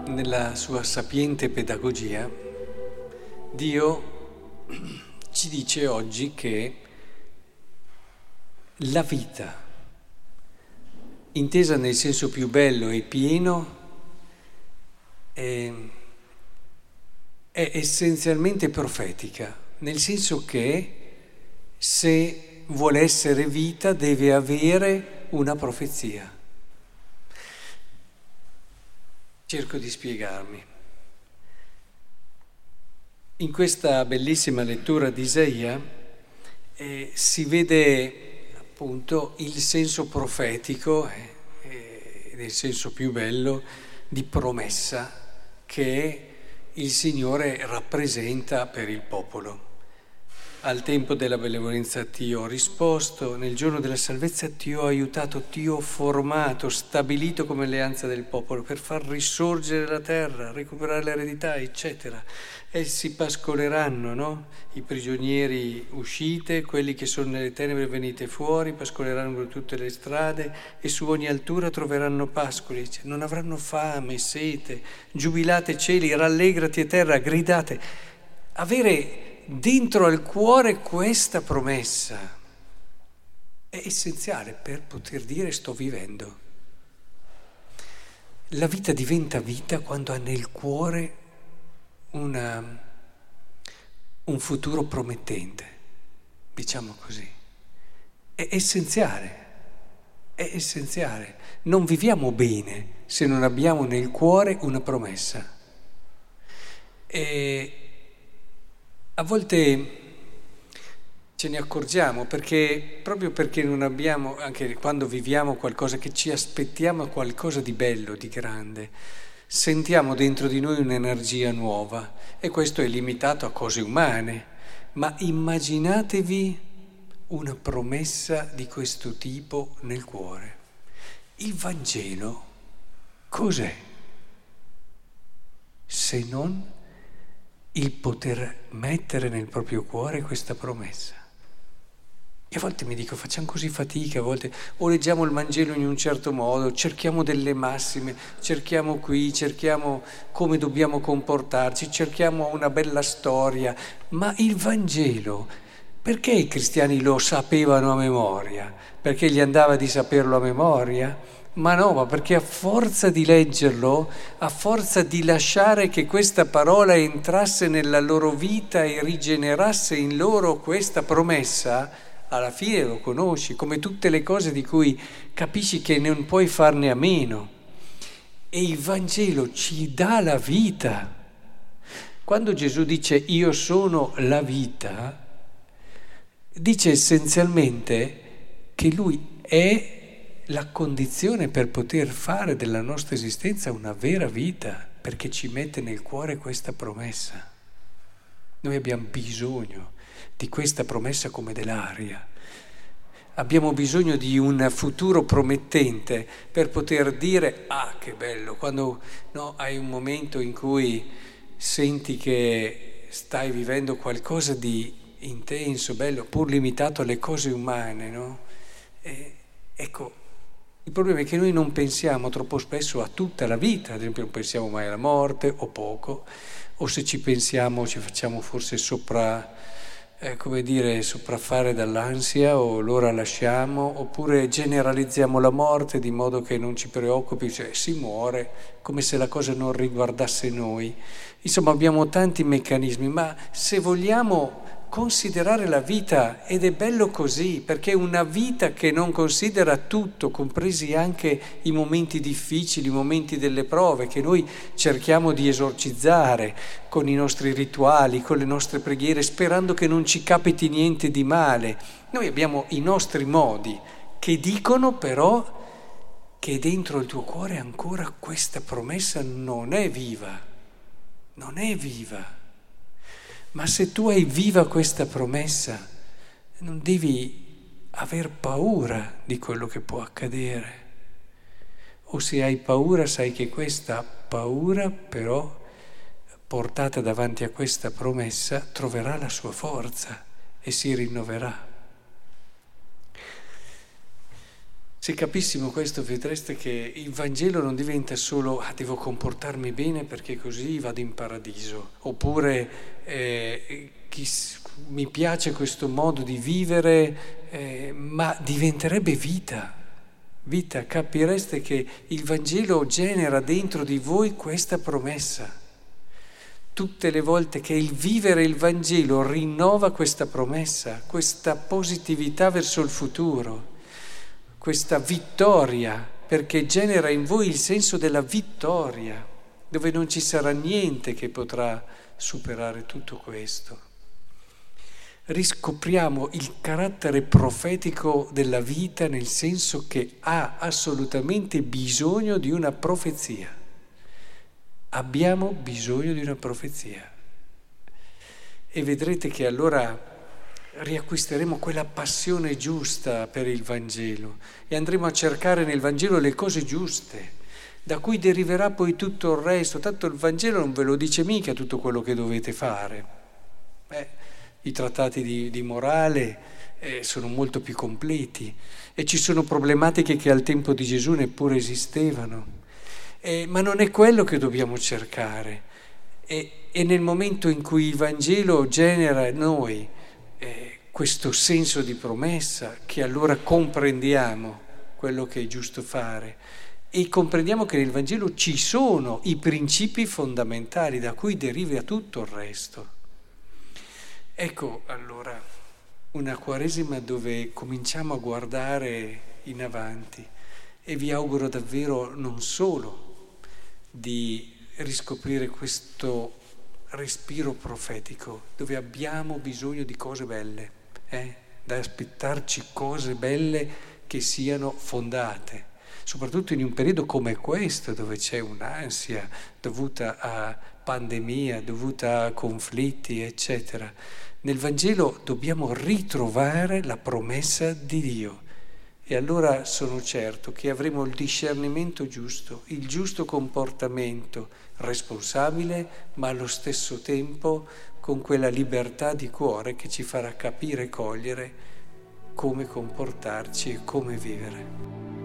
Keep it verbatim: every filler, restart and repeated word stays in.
nella sua sapiente pedagogia, Dio ci dice oggi che la vita, intesa nel senso più bello e pieno, è, è essenzialmente profetica, nel senso che se vuole essere vita deve avere una profezia. Cerco di spiegarmi. In questa bellissima lettura di Isaia eh, si vede appunto il senso profetico, eh, eh, nel senso più bello, di promessa che il Signore rappresenta per il popolo. Al tempo della benevolenza ti ho risposto, nel giorno della salvezza ti ho aiutato, ti ho formato, stabilito come alleanza del popolo per far risorgere la terra, recuperare l'eredità, eccetera. Essi pascoleranno, no? I prigionieri uscite, quelli che sono nelle tenebre venite fuori, pascoleranno per tutte le strade e su ogni altura troveranno pascoli. Cioè, non avranno fame, sete, giubilate cieli, rallegrati e terra, gridate. Avere dentro al cuore questa promessa è essenziale per poter dire sto vivendo. La vita diventa vita quando ha nel cuore una, un futuro promettente, diciamo così. È essenziale, è essenziale. Non viviamo bene se non abbiamo nel cuore una promessa. E a volte ce ne accorgiamo perché, proprio perché non abbiamo, anche quando viviamo qualcosa che ci aspettiamo, qualcosa di bello, di grande, sentiamo dentro di noi un'energia nuova e questo è limitato a cose umane, ma immaginatevi una promessa di questo tipo nel cuore. Il Vangelo cos'è? Se non il poter mettere nel proprio cuore questa promessa. E a volte mi dico, facciamo così fatica, a volte o leggiamo il Vangelo in un certo modo, cerchiamo delle massime, cerchiamo qui, cerchiamo come dobbiamo comportarci, cerchiamo una bella storia, ma il Vangelo, perché i cristiani lo sapevano a memoria? Perché gli andava di saperlo a memoria? Ma no, ma perché a forza di leggerlo, a forza di lasciare che questa parola entrasse nella loro vita e rigenerasse in loro questa promessa, alla fine lo conosci, come tutte le cose di cui capisci che non puoi farne a meno. E il Vangelo ci dà la vita. Quando Gesù dice io sono la vita, dice essenzialmente che Lui è la condizione per poter fare della nostra esistenza una vera vita, perché ci mette nel cuore questa promessa. Noi abbiamo bisogno di questa promessa come dell'aria. Abbiamo bisogno di un futuro promettente per poter dire ah che bello, quando no, hai un momento in cui senti che stai vivendo qualcosa di intenso, bello, pur limitato alle cose umane, no? E, ecco, il problema è che noi non pensiamo troppo spesso a tutta la vita, ad esempio non pensiamo mai alla morte o poco, o se ci pensiamo ci facciamo forse sopra, eh, come dire, sopraffare dall'ansia o l'ora lasciamo, oppure generalizziamo la morte di modo che non ci preoccupi, cioè si muore come se la cosa non riguardasse noi. Insomma abbiamo tanti meccanismi, ma se vogliamo considerare la vita, ed è bello così, perché una vita che non considera tutto, compresi anche i momenti difficili, i momenti delle prove, che noi cerchiamo di esorcizzare con i nostri rituali, con le nostre preghiere, sperando che non ci capiti niente di male. Noi abbiamo i nostri modi che dicono però che dentro il tuo cuore ancora questa promessa non è viva, non è viva. Ma se tu hai viva questa promessa, non devi aver paura di quello che può accadere. O se hai paura, sai che questa paura, però, portata davanti a questa promessa, troverà la sua forza e si rinnoverà. Se capissimo questo, vedreste che il Vangelo non diventa solo ah, devo comportarmi bene perché così vado in paradiso, oppure eh, chi, mi piace questo modo di vivere, eh, ma diventerebbe vita. Vita, capireste che il Vangelo genera dentro di voi questa promessa. Tutte le volte che il vivere il Vangelo rinnova questa promessa, questa positività verso il futuro, questa vittoria, perché genera in voi il senso della vittoria, dove non ci sarà niente che potrà superare tutto questo. Riscopriamo il carattere profetico della vita nel senso che ha assolutamente bisogno di una profezia. Abbiamo bisogno di una profezia. E vedrete che allora riacquisteremo quella passione giusta per il Vangelo e andremo a cercare nel Vangelo le cose giuste, da cui deriverà poi tutto il resto. Tanto il Vangelo non ve lo dice mica tutto quello che dovete fare. Eh, I trattati di, di morale eh, sono molto più completi e ci sono problematiche che al tempo di Gesù neppure esistevano. Eh, ma non è quello che dobbiamo cercare. E, e nel momento in cui il Vangelo genera in noi eh, questo senso di promessa, che allora comprendiamo quello che è giusto fare e comprendiamo che nel Vangelo ci sono i principi fondamentali da cui deriva tutto il resto. Ecco allora una Quaresima dove cominciamo a guardare in avanti e vi auguro davvero non solo di riscoprire questo respiro profetico dove abbiamo bisogno di cose belle, eh? da aspettarci cose belle che siano fondate, soprattutto in un periodo come questo dove c'è un'ansia dovuta a pandemia, dovuta a conflitti, eccetera. Nel Vangelo dobbiamo ritrovare la promessa di Dio e allora sono certo che avremo il discernimento giusto, il giusto comportamento responsabile, ma allo stesso tempo con quella libertà di cuore che ci farà capire e cogliere come comportarci e come vivere.